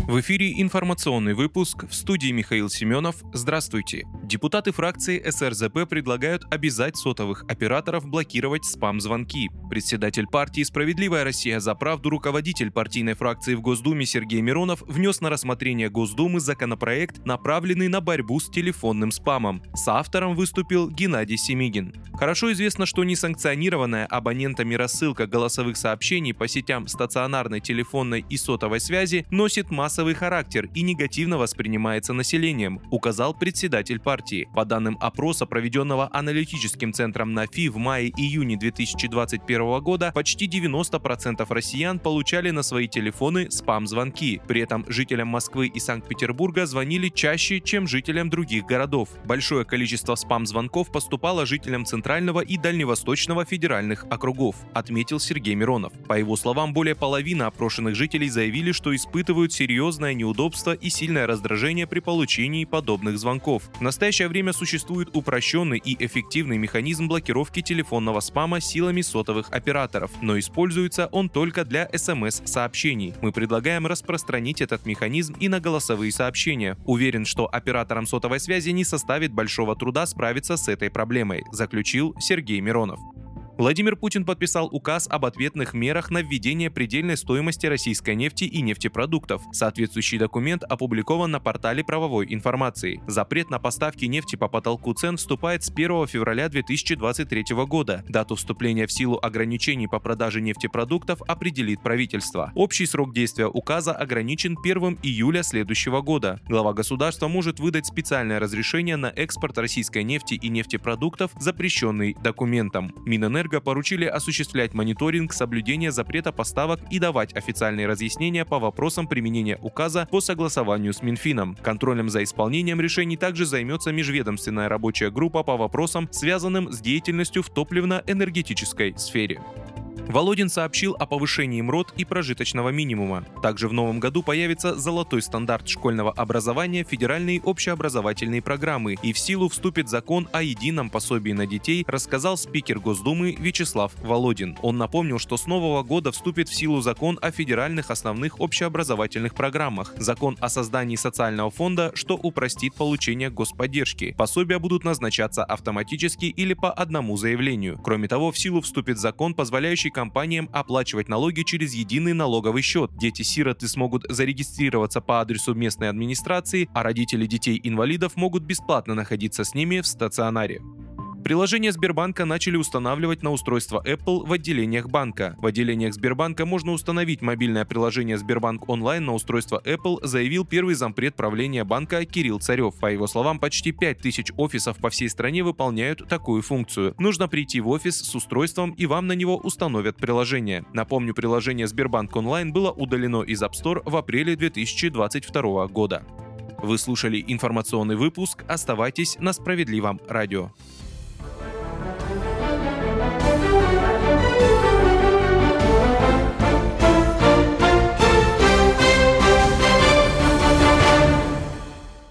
В эфире информационный выпуск, в студии Михаил Семенов. Здравствуйте. Депутаты фракции СРЗП предлагают обязать сотовых операторов блокировать спам-звонки. Председатель партии «Справедливая Россия за правду», руководитель партийной фракции в Госдуме Сергей Миронов внес на рассмотрение Госдумы законопроект, направленный на борьбу с телефонным спамом. Соавтором выступил Геннадий Семигин. Хорошо известно, что несанкционированная абонентами рассылка голосовых сообщений по сетям стационарной, телефонной и сотовой связи носит массовый характер и негативно воспринимается населением, указал председатель партии. По данным опроса, проведенного аналитическим центром НАФИ в мае-июне 2021 года, почти 90% россиян получали на свои телефоны спам-звонки. При этом жителям Москвы и Санкт-Петербурга звонили чаще, чем жителям других городов. Большое количество спам-звонков поступало жителям Центрального и Дальневосточного федеральных округов, отметил Сергей Миронов. По его словам, более половины опрошенных жителей заявили, что испытывают серьезное неудобство и сильное раздражение при получении подобных звонков. В настоящее время существует упрощенный и эффективный механизм блокировки телефонного спама силами сотовых операторов, но используется он только для СМС-сообщений. Мы предлагаем распространить этот механизм и на голосовые сообщения. Уверен, что операторам сотовой связи не составит большого труда справиться с этой проблемой, заключил Сергей Миронов. Владимир Путин подписал указ об ответных мерах на введение предельной стоимости российской нефти и нефтепродуктов. Соответствующий документ опубликован на портале правовой информации. Запрет на поставки нефти по потолку цен вступает с 1 февраля 2023 года. Дату вступления в силу ограничений по продаже нефтепродуктов определит правительство. Общий срок действия указа ограничен 1 июля следующего года. Глава государства может выдать специальное разрешение на экспорт российской нефти и нефтепродуктов, запрещенный документом. Минэнерго поручили осуществлять мониторинг соблюдения запрета поставок и давать официальные разъяснения по вопросам применения указа по согласованию с Минфином. Контролем за исполнением решений также займется межведомственная рабочая группа по вопросам, связанным с деятельностью в топливно-энергетической сфере. Володин сообщил о повышении МРОТ и прожиточного минимума. Также в новом году появится золотой стандарт школьного образования, федеральные общеобразовательные программы, и в силу вступит закон о едином пособии на детей, рассказал спикер Госдумы Вячеслав Володин. Он напомнил, что с нового года вступит в силу закон о федеральных основных общеобразовательных программах, закон о создании социального фонда, что упростит получение господдержки. Пособия будут назначаться автоматически или по одному заявлению. Кроме того, в силу вступит закон, позволяющий компаниям оплачивать налоги через единый налоговый счет. Дети-сироты смогут зарегистрироваться по адресу местной администрации, а родители детей-инвалидов могут бесплатно находиться с ними в стационаре. Приложение Сбербанка начали устанавливать на устройство Apple в отделениях банка. В отделениях Сбербанка можно установить мобильное приложение Сбербанк онлайн на устройство Apple, заявил первый зампред правления банка Кирилл Царев. По его словам, почти 5000 офисов по всей стране выполняют такую функцию. Нужно прийти в офис с устройством, и вам на него установят приложение. Напомню, приложение Сбербанк онлайн было удалено из App Store в апреле 2022 года. Вы слушали информационный выпуск. Оставайтесь на Справедливом радио.